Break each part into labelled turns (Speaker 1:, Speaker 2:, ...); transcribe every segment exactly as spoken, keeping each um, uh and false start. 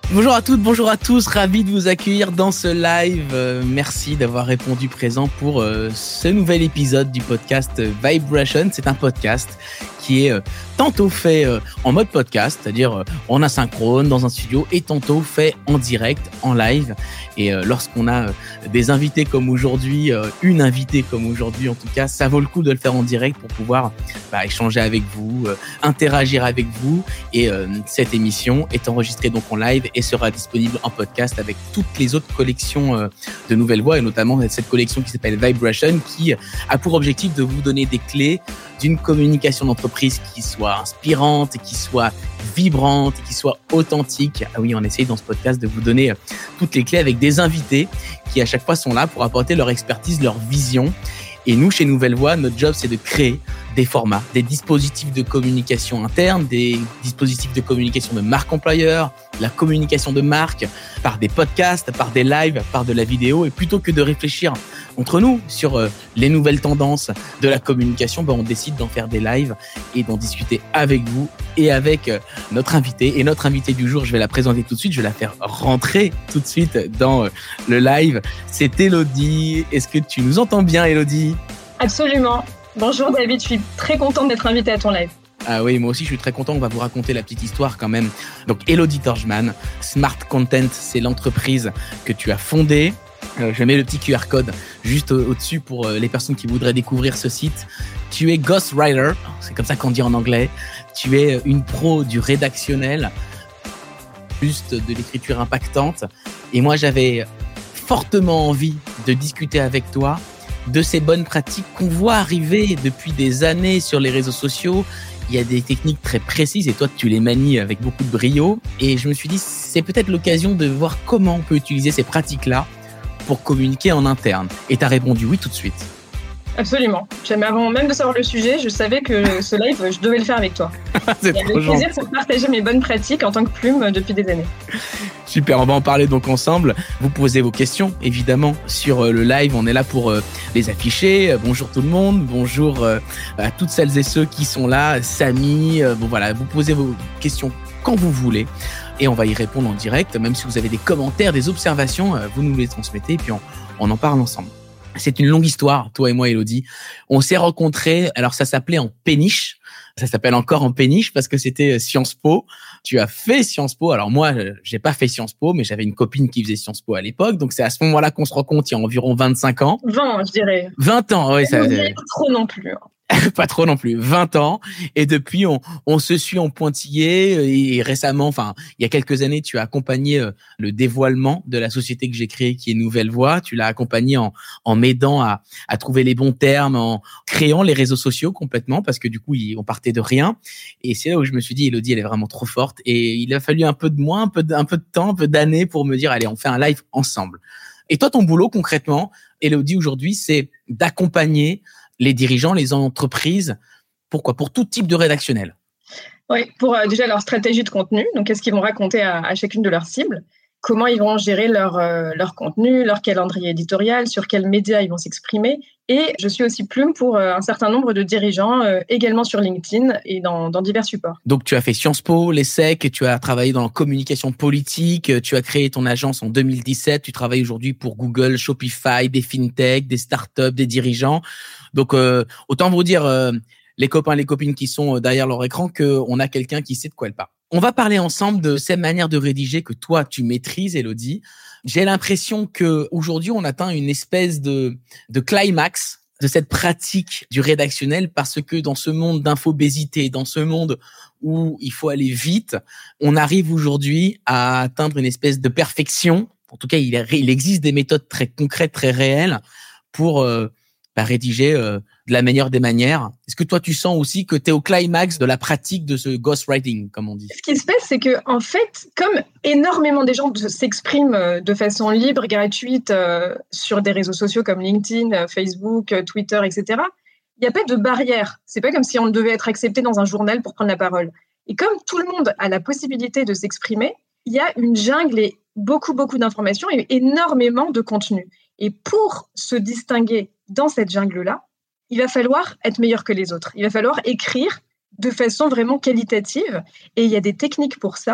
Speaker 1: Bonjour à toutes, bonjour à tous, ravi de vous accueillir dans ce live. Euh, merci d'avoir répondu présent pour euh, ce nouvel épisode du podcast Vibration. C'est un podcast qui est euh, tantôt fait euh, en mode podcast, c'est-à-dire euh, en asynchrone dans un studio, et tantôt fait en direct, en live. Et euh, lorsqu'on a euh, des invités comme aujourd'hui, euh, une invitée comme aujourd'hui en tout cas, ça vaut le coup de le faire en direct pour pouvoir bah, échanger avec vous, euh, interagir avec vous. Et euh, cette émission est enregistrée donc en live et sera disponible en podcast avec toutes les autres collections euh, de Nouvelle Voix, et notamment cette collection qui s'appelle Vibration, qui a pour objectif de vous donner des clés d'une communication d'entreprise qui soit inspirante, qui soit vibrante, qui soit authentique. Ah oui, on essaye dans ce podcast de vous donner toutes les clés avec des invités qui à chaque fois sont là pour apporter leur expertise, leur vision. Et nous, chez Nouvelle Voix, notre job, c'est de créer des formats, des dispositifs de communication interne, des dispositifs de communication de marque employeur, la communication de marque par des podcasts, par des lives, par de la vidéo. Et plutôt que de réfléchir entre nous sur euh, les nouvelles tendances de la communication, ben on décide d'en faire des lives et d'en discuter avec vous et avec euh, notre invité. Et notre invité du jour, je vais la présenter tout de suite, je vais la faire rentrer tout de suite dans euh, le live. C'est Élodie. Est-ce que tu nous entends bien, Élodie ?
Speaker 2: Absolument. Bonjour David, je suis très contente d'être invitée à ton live.
Speaker 1: Ah oui, moi aussi je suis très content, on va vous raconter la petite histoire quand même. Donc Élodie Torgman, Smart Content, c'est l'entreprise que tu as fondée. Euh, je mets le petit Q R code juste au- au-dessus pour euh, les personnes qui voudraient découvrir ce site. Tu es ghostwriter, c'est comme ça qu'on dit en anglais. Tu es une pro du rédactionnel, juste de l'écriture impactante. Et moi j'avais fortement envie de discuter avec toi de ces bonnes pratiques qu'on voit arriver depuis des années sur les réseaux sociaux. Il y a des techniques très précises et toi, tu les manies avec beaucoup de brio. Et je me suis dit, c'est peut-être l'occasion de voir comment on peut utiliser ces pratiques-là pour communiquer en interne. Et tu as répondu oui tout de suite.
Speaker 2: Absolument. J'aime avant même de savoir le sujet, je savais que ce live, je devais le faire avec toi.
Speaker 1: C'est
Speaker 2: Il y a
Speaker 1: trop
Speaker 2: le
Speaker 1: gentil.
Speaker 2: plaisir pour partager mes bonnes pratiques en tant que plume depuis des années.
Speaker 1: Super, on va en parler donc ensemble. Vous posez vos questions, évidemment, sur euh, le live. On est là pour euh, les afficher. Euh, bonjour tout le monde. Bonjour euh, à toutes celles et ceux qui sont là. Samy, euh, bon voilà, vous posez vos questions quand vous voulez. Et on va y répondre en direct. Même si vous avez des commentaires, des observations, euh, vous nous les transmettez et puis on, on en parle ensemble. C'est une longue histoire, toi et moi, Élodie. On s'est rencontrés, alors ça s'appelait en péniche. Ça s'appelle encore en péniche parce que c'était Sciences Po. Tu as fait Sciences Po. Alors moi, j'ai pas fait Sciences Po, mais j'avais une copine qui faisait Sciences Po à l'époque. Donc c'est à ce moment-là qu'on se rencontre, il y a environ vingt-cinq ans.
Speaker 2: vingt, je dirais.
Speaker 1: vingt ans, oui. Ça,
Speaker 2: Pas trop non plus.
Speaker 1: pas trop non plus, vingt ans. Et depuis, on, on se suit en pointillé. Et récemment, enfin, il y a quelques années, tu as accompagné le dévoilement de la société que j'ai créée, qui est Nouvelle Voix. Tu l'as accompagné en, en m'aidant à, à trouver les bons termes, en créant les réseaux sociaux complètement, parce que du coup, on partait de rien. Et c'est là où je me suis dit, Élodie, elle est vraiment trop forte. Et il a fallu un peu de moins, un peu de, un peu de temps, un peu d'années pour me dire, allez, on fait un live ensemble. Et toi, ton boulot, concrètement, Élodie, aujourd'hui, c'est d'accompagner les dirigeants, les entreprises. Pourquoi ? Pour tout type de rédactionnel.
Speaker 2: Oui, pour euh, déjà leur stratégie de contenu. Donc, qu'est-ce qu'ils vont raconter à, à chacune de leurs cibles ? Comment ils vont gérer leur, euh, leur contenu, leur calendrier éditorial, sur quels médias ils vont s'exprimer. Et je suis aussi plume pour euh, un certain nombre de dirigeants, euh, également sur LinkedIn et dans, dans divers supports.
Speaker 1: Donc, tu as fait Sciences Po, l'ESSEC, tu as travaillé dans la communication politique, tu as créé ton agence en deux mille dix-sept, tu travailles aujourd'hui pour Google, Shopify, des fintechs, des startups, des dirigeants. Donc, euh, autant vous dire, euh, les copains et les copines qui sont derrière leur écran, qu'on a quelqu'un qui sait de quoi elle parle. On va parler ensemble de ces manières de rédiger que toi, tu maîtrises, Élodie. J'ai l'impression qu'aujourd'hui, on atteint une espèce de, de climax de cette pratique du rédactionnel parce que dans ce monde d'infobésité, dans ce monde où il faut aller vite, on arrive aujourd'hui à atteindre une espèce de perfection. En tout cas, il, il existe des méthodes très concrètes, très réelles pour euh, bah, rédiger euh, de la meilleure des manières. Est-ce que toi, tu sens aussi que tu es au climax de la pratique de ce ghostwriting, comme on dit ?
Speaker 2: Ce qui se passe, c'est que en fait, comme énormément des gens s'expriment de façon libre, gratuite, euh, sur des réseaux sociaux comme LinkedIn, Facebook, Twitter, et cetera, il n'y a pas de barrière. C'est pas comme si on devait être accepté dans un journal pour prendre la parole. Et comme tout le monde a la possibilité de s'exprimer, il y a une jungle et beaucoup, beaucoup d'informations et énormément de contenu. Et pour se distinguer dans cette jungle-là, il va falloir être meilleur que les autres. Il va falloir écrire de façon vraiment qualitative. Et il y a des techniques pour ça.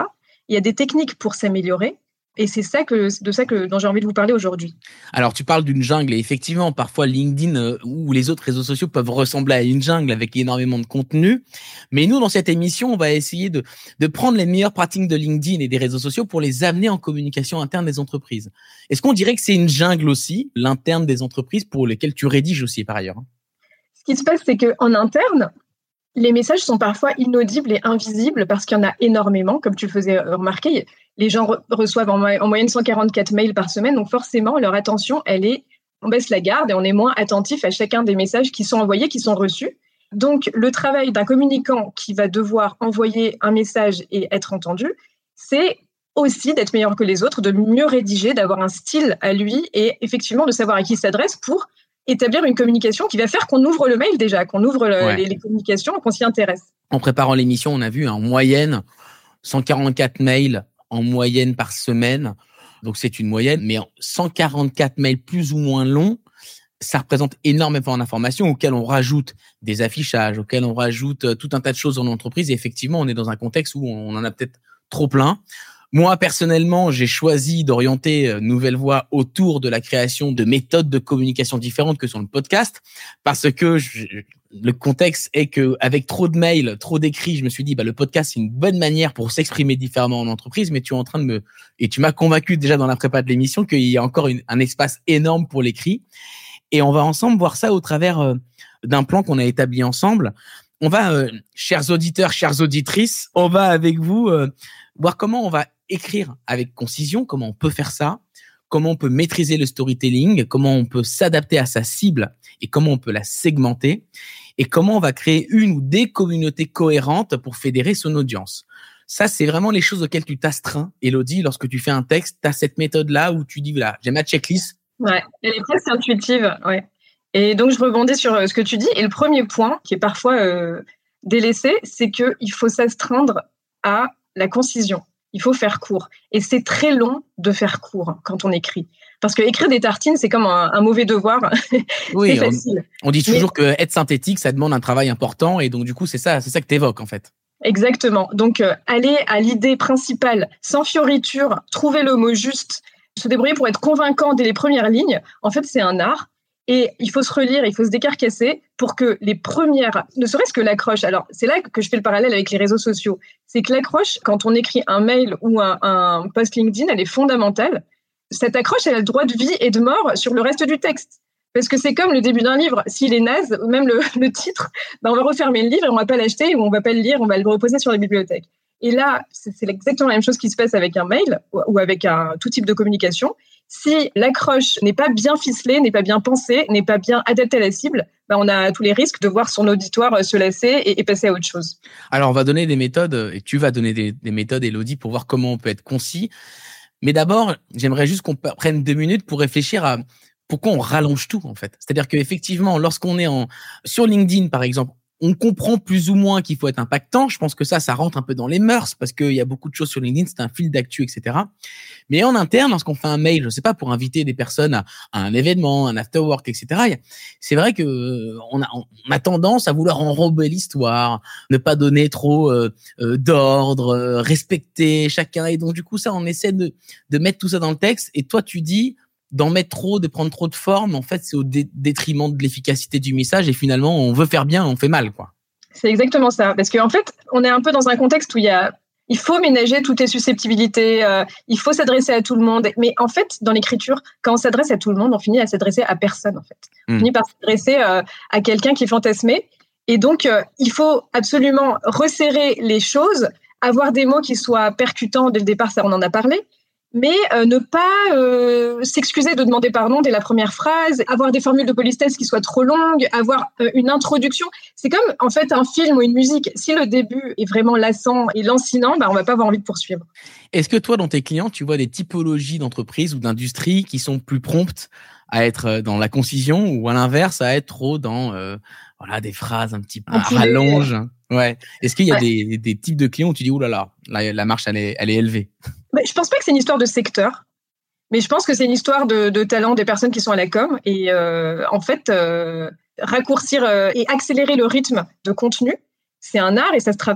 Speaker 2: Il y a des techniques pour s'améliorer. Et c'est ça que, de ça que, dont j'ai envie de vous parler aujourd'hui.
Speaker 1: Alors, tu parles d'une jungle et effectivement, parfois LinkedIn euh, ou les autres réseaux sociaux peuvent ressembler à une jungle avec énormément de contenu. Mais nous, dans cette émission, on va essayer de, de prendre les meilleures pratiques de LinkedIn et des réseaux sociaux pour les amener en communication interne des entreprises. Est-ce qu'on dirait que c'est une jungle aussi, l'interne des entreprises pour lesquelles tu rédiges aussi par ailleurs?
Speaker 2: Ce qui se passe, c'est qu'en interne, les messages sont parfois inaudibles et invisibles parce qu'il y en a énormément, comme tu le faisais remarquer. Les gens re- reçoivent en, mo- en moyenne cent quarante-quatre mails par semaine, donc forcément, leur attention, elle est, on baisse la garde et on est moins attentif à chacun des messages qui sont envoyés, qui sont reçus. Donc, le travail d'un communicant qui va devoir envoyer un message et être entendu, c'est aussi d'être meilleur que les autres, de mieux rédiger, d'avoir un style à lui et effectivement de savoir à qui il s'adresse pour établir une communication qui va faire qu'on ouvre le mail déjà, qu'on ouvre le, ouais. les, les communications et qu'on s'y intéresse.
Speaker 1: En préparant l'émission, on a vu en moyenne cent quarante-quatre mails en moyenne par semaine. Donc, c'est une moyenne, mais cent quarante-quatre mails plus ou moins longs, ça représente énormément d'informations auxquelles on rajoute des affichages, auxquelles on rajoute tout un tas de choses dans l'entreprise. Et effectivement, on est dans un contexte où on en a peut-être trop plein. Moi, personnellement, j'ai choisi d'orienter Nouvelle Voix autour de la création de méthodes de communication différentes que sur le podcast parce que je, le contexte est que avec trop de mails, trop d'écrits, je me suis dit bah le podcast c'est une bonne manière pour s'exprimer différemment en entreprise, mais tu es en train de me et tu m'as convaincu déjà dans la prépa de l'émission qu'il y a encore une, un espace énorme pour l'écrit et on va ensemble voir ça au travers euh, d'un plan qu'on a établi ensemble. On va, euh, chers auditeurs, chères auditrices, on va avec vous euh, voir comment on va écrire avec concision, comment on peut faire ça, comment on peut maîtriser le storytelling, comment on peut s'adapter à sa cible et comment on peut la segmenter et comment on va créer une ou des communautés cohérentes pour fédérer son audience. Ça, c'est vraiment les choses auxquelles tu t'astreins, Élodie, lorsque tu fais un texte, tu as cette méthode-là où tu dis, voilà, j'ai ma checklist.
Speaker 2: Ouais, elle est presque intuitive, ouais. Et donc, je rebondis sur ce que tu dis. Et le premier point, qui est parfois euh, délaissé, c'est qu'il faut s'astreindre à la concision. Il faut faire court. Et c'est très long de faire court quand on écrit. Parce que écrire des tartines, c'est comme un, un mauvais devoir.
Speaker 1: Oui,
Speaker 2: c'est facile.
Speaker 1: On, on dit toujours Mais... que être synthétique, ça demande un travail important. Et donc, du coup, c'est ça, c'est ça que tu évoques, en fait.
Speaker 2: Exactement. Donc, euh, aller à l'idée principale, sans fioriture, trouver le mot juste, se débrouiller pour être convaincant dès les premières lignes, en fait, c'est un art. Et il faut se relire, il faut se décarcasser pour que les premières, ne serait-ce que l'accroche. Alors, c'est là que je fais le parallèle avec les réseaux sociaux. C'est que l'accroche, quand on écrit un mail ou un, un post LinkedIn, elle est fondamentale. Cette accroche, elle a le droit de vie et de mort sur le reste du texte. Parce que c'est comme le début d'un livre. S'il est naze, même le, le titre, ben on va refermer le livre et on va pas l'acheter ou on va pas le lire, on va le reposer sur la bibliothèque. Et là, c'est, c'est exactement la même chose qui se passe avec un mail ou, ou avec un, tout type de communication. Si l'accroche n'est pas bien ficelée, n'est pas bien pensée, n'est pas bien adaptée à la cible, ben on a tous les risques de voir son auditoire se lasser et, et passer à autre chose.
Speaker 1: Alors, on va donner des méthodes, et tu vas donner des, des méthodes, Élodie, pour voir comment on peut être concis. Mais d'abord, j'aimerais juste qu'on prenne deux minutes pour réfléchir à pourquoi on rallonge tout, en fait. C'est-à-dire qu'effectivement, lorsqu'on est en, sur LinkedIn, par exemple, on comprend plus ou moins qu'il faut être impactant. Je pense que ça, ça rentre un peu dans les mœurs parce qu'il y a beaucoup de choses sur LinkedIn, c'est un fil d'actu, et cetera. Mais en interne, lorsqu'on fait un mail, je ne sais pas, pour inviter des personnes à, à un événement, un after work, et cetera, c'est vrai que on a, on a tendance à vouloir enrober l'histoire, ne pas donner trop euh, euh, d'ordre, euh, respecter chacun. Et donc, du coup, ça, on essaie de, de mettre tout ça dans le texte. Et toi, tu dis d'en mettre trop, de prendre trop de forme, en fait, c'est au dé- détriment de l'efficacité du message et finalement, on veut faire bien, on fait mal, quoi.
Speaker 2: C'est exactement ça. Parce qu'en fait, on est un peu dans un contexte où il y a, il faut ménager toutes les susceptibilités, euh, il faut s'adresser à tout le monde. Mais en fait, dans l'écriture, quand on s'adresse à tout le monde, on finit à s'adresser à personne, en fait. On mmh. finit par s'adresser euh, à quelqu'un qui est fantasmé. Et donc, euh, il faut absolument resserrer les choses, avoir des mots qui soient percutants dès le départ, ça on en a parlé. Mais euh, ne pas euh, s'excuser de demander pardon dès la première phrase, avoir des formules de politesse qui soient trop longues, avoir euh, une introduction. C'est comme, en fait, un film ou une musique. Si le début est vraiment lassant et lancinant, bah, on va pas avoir envie de poursuivre.
Speaker 1: Est-ce que toi, dans tes clients, tu vois des typologies d'entreprises ou d'industries qui sont plus promptes à être dans la concision ou à l'inverse, à être trop dans euh, voilà, des phrases un petit peu à rallonge? Ouais. Est-ce qu'il y a ouais. des, des types de clients où tu dis, ouh là là, la, la marche, elle est, elle est élevée?
Speaker 2: Mais je pense pas que c'est une histoire de secteur, mais je pense que c'est une histoire de, de talent des personnes qui sont à la com. Et euh, en fait, euh, raccourcir euh, et accélérer le rythme de contenu, c'est un art et ça se travaille.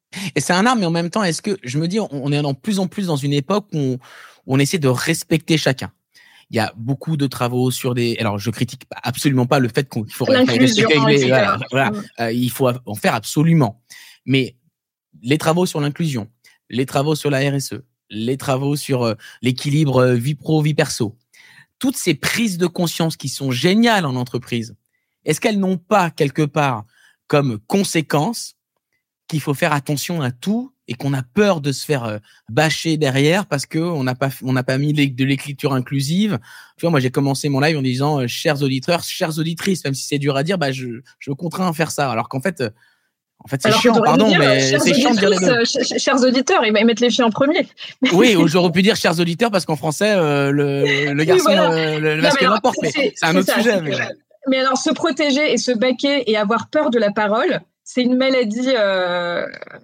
Speaker 1: Et c'est un art, mais en même temps, est-ce que je me dis, on est de plus en plus dans une époque où on, où on essaie de respecter chacun. Il y a beaucoup de travaux sur des. Alors, je critique absolument pas le fait qu'il faut
Speaker 2: l'inclusion,
Speaker 1: respecter. Voilà, voilà. Euh, il faut en faire absolument. Mais les travaux sur l'inclusion, les travaux sur la R S E, les travaux sur euh, l'équilibre euh, vie pro, vie perso, toutes ces prises de conscience qui sont géniales en entreprise, est-ce qu'elles n'ont pas quelque part comme conséquence qu'il faut faire attention à tout et qu'on a peur de se faire euh, bâcher derrière parce que on n'a pas on n'a pas mis de l'écriture inclusive. Tu vois, moi j'ai commencé mon live en disant euh, chers auditeurs, chères auditrices, même si c'est dur à dire, bah je je contrains à faire ça. Alors qu'en fait euh, en fait c'est
Speaker 2: Alors
Speaker 1: chiant, pardon,
Speaker 2: dire,
Speaker 1: mais c'est chiant de dire les deux.
Speaker 2: Euh, chers auditeurs, ils mettent les filles en premier.
Speaker 1: Oui, j'aurais pu dire chers auditeurs parce qu'en français euh, le le garçon oui, voilà. euh, le, le masculin l'emporte, mais c'est, c'est un autre ça, sujet. Mais...
Speaker 2: mais alors se protéger et se baquer et avoir peur de la parole, c'est une maladie euh,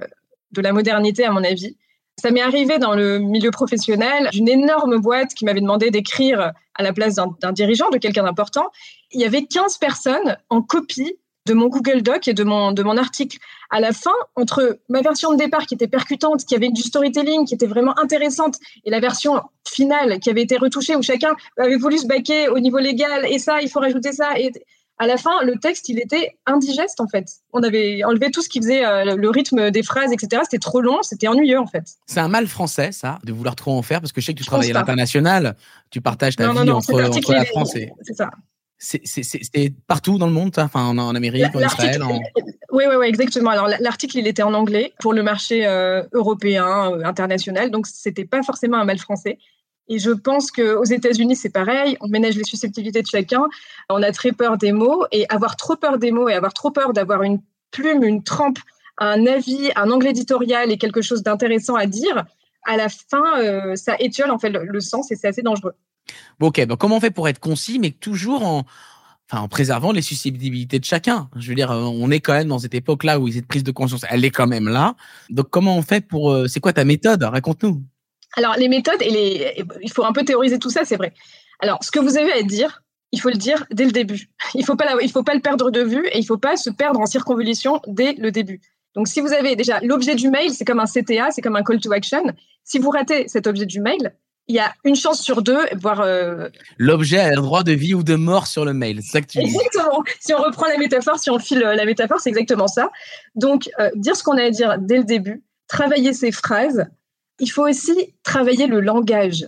Speaker 2: de la modernité, à mon avis. Ça m'est arrivé dans le milieu professionnel, d'une énorme boîte qui m'avait demandé d'écrire à la place d'un, d'un dirigeant, de quelqu'un d'important. Il y avait quinze personnes en copie de mon Google Doc et de mon, de mon article. À la fin, entre ma version de départ qui était percutante, qui avait du storytelling, qui était vraiment intéressante, et la version finale qui avait été retouchée, où chacun avait voulu se baquer au niveau légal, et ça, il faut rajouter ça, et... à la fin, le texte, il était indigeste, en fait. On avait enlevé tout ce qui faisait euh, le rythme des phrases, et cetera. C'était trop long, c'était ennuyeux, en fait.
Speaker 1: C'est un mal français, ça, de vouloir trop en faire, parce que je sais que tu je travailles à l'international, tu partages ta
Speaker 2: non,
Speaker 1: vie
Speaker 2: non, non,
Speaker 1: entre, entre la France et...
Speaker 2: C'est ça.
Speaker 1: C'est, c'est, c'est, c'est partout dans le monde, enfin, en, en Amérique, en Israël en...
Speaker 2: Oui, oui, oui, exactement. Alors, l'article, il était en anglais pour le marché euh, européen, euh, international, donc c'était pas forcément un mal français. Et je pense qu'aux États-Unis, c'est pareil. On ménage les susceptibilités de chacun. On a très peur des mots. Et avoir trop peur des mots et avoir trop peur d'avoir une plume, une trempe, un avis, un angle éditorial et quelque chose d'intéressant à dire, à la fin, euh, ça étiole en fait le, le sens et c'est assez dangereux.
Speaker 1: Bon, ok. Bon, comment on fait pour être concis, mais toujours en, enfin, en préservant les susceptibilités de chacun? Je veux dire, on est quand même dans cette époque-là où cette prise de conscience, elle est quand même là. Donc, comment on fait pour... C'est quoi ta méthode? Raconte-nous.
Speaker 2: Alors, les méthodes, et les... il faut un peu théoriser tout ça, c'est vrai. Alors, ce que vous avez à dire, il faut le dire dès le début. Il ne faut pas la... il faut pas le perdre de vue et il ne faut pas se perdre en circonvolution dès le début. Donc, si vous avez déjà l'objet du mail, c'est comme un C T A, c'est comme un call to action. Si vous ratez cet objet du mail, il y a une chance sur deux, voire... Euh...
Speaker 1: L'objet a le droit de vie ou de mort sur le mail, c'est ça que tu dis.
Speaker 2: Exactement. Si on reprend la métaphore, si on file la métaphore, c'est exactement ça. Donc, euh, dire ce qu'on a à dire dès le début, travailler ses phrases. Il faut aussi travailler le langage.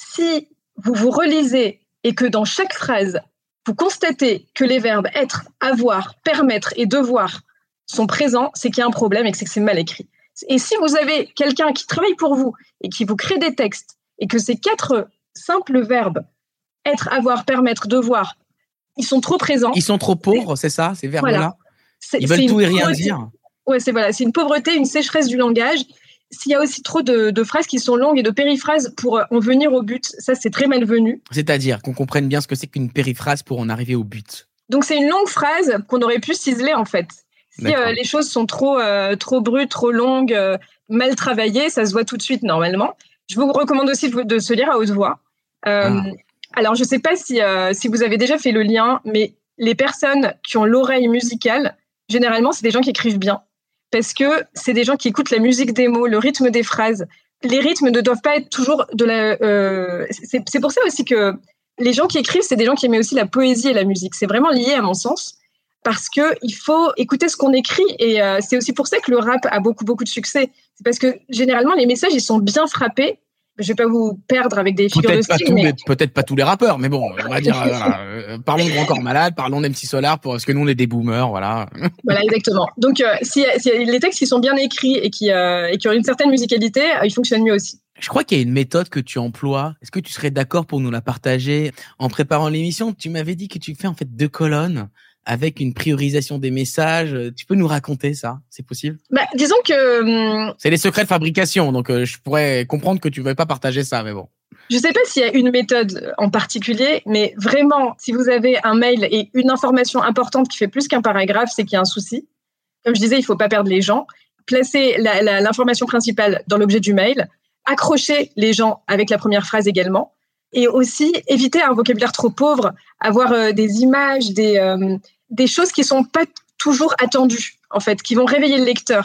Speaker 2: Si vous vous relisez et que dans chaque phrase, vous constatez que les verbes être, avoir, permettre et devoir sont présents, c'est qu'il y a un problème et que c'est, que c'est mal écrit. Et si vous avez quelqu'un qui travaille pour vous et qui vous crée des textes et que ces quatre simples verbes, être, avoir, permettre, devoir, ils sont trop présents.
Speaker 1: Ils sont trop pauvres, c'est, c'est ça, ces verbes-là
Speaker 2: voilà. c'est,
Speaker 1: Ils veulent tout et rien dire.
Speaker 2: Ouais, c'est, voilà, c'est une pauvreté, une sécheresse du langage. S'il y a aussi trop de, de phrases qui sont longues et de périphrases pour en venir au but, ça, c'est très malvenu.
Speaker 1: C'est-à-dire qu'on comprenne bien ce que c'est qu'une périphrase pour en arriver au but.
Speaker 2: Donc, c'est une longue phrase qu'on aurait pu ciseler, en fait. Si euh, les choses sont trop, euh, trop brutes, trop longues, euh, mal travaillées, ça se voit tout de suite, normalement. Je vous recommande aussi de, de se lire à haute voix. Euh, ah. Alors, je ne sais pas si, euh, si vous avez déjà fait le lien, mais les personnes qui ont l'oreille musicale, généralement, c'est des gens qui écrivent bien. Parce que c'est des gens qui écoutent la musique des mots, le rythme des phrases. Les rythmes ne doivent pas être toujours de la... Euh, c'est, c'est pour ça aussi que les gens qui écrivent, c'est des gens qui aiment aussi la poésie et la musique. C'est vraiment lié à mon sens, parce qu'il faut écouter ce qu'on écrit. Et euh, c'est aussi pour ça que le rap a beaucoup, beaucoup de succès. C'est parce que généralement, les messages, ils sont bien frappés. Je ne vais pas vous perdre avec des figures
Speaker 1: peut-être
Speaker 2: de style.
Speaker 1: Pas
Speaker 2: mais...
Speaker 1: les, peut-être pas tous les rappeurs, mais bon, on va dire, voilà, euh, parlons de Grand Corps Malade, parlons d'M C Solar, parce que nous, on est des boomers, voilà.
Speaker 2: Voilà, exactement. Donc, euh, si, si les textes qui sont bien écrits et qui, euh, et qui ont une certaine musicalité, euh, ils fonctionnent mieux aussi.
Speaker 1: Je crois qu'il y a une méthode que tu emploies. Est-ce que tu serais d'accord pour nous la partager? En préparant l'émission, tu m'avais dit que tu fais en fait deux colonnes avec une priorisation des messages. Tu peux nous raconter ça? C'est possible?
Speaker 2: Bah, disons que...
Speaker 1: C'est les secrets de fabrication, donc euh, je pourrais comprendre que tu ne veux pas partager ça, mais bon.
Speaker 2: Je ne sais pas s'il y a une méthode en particulier, mais vraiment, si vous avez un mail et une information importante qui fait plus qu'un paragraphe, c'est qu'il y a un souci. Comme je disais, il ne faut pas perdre les gens. Placer la, la, l'information principale dans l'objet du mail, accrocher les gens avec la première phrase également, et aussi éviter un vocabulaire trop pauvre, avoir euh, des images, des... Euh, des choses qui sont pas toujours attendues, en fait, qui vont réveiller le lecteur.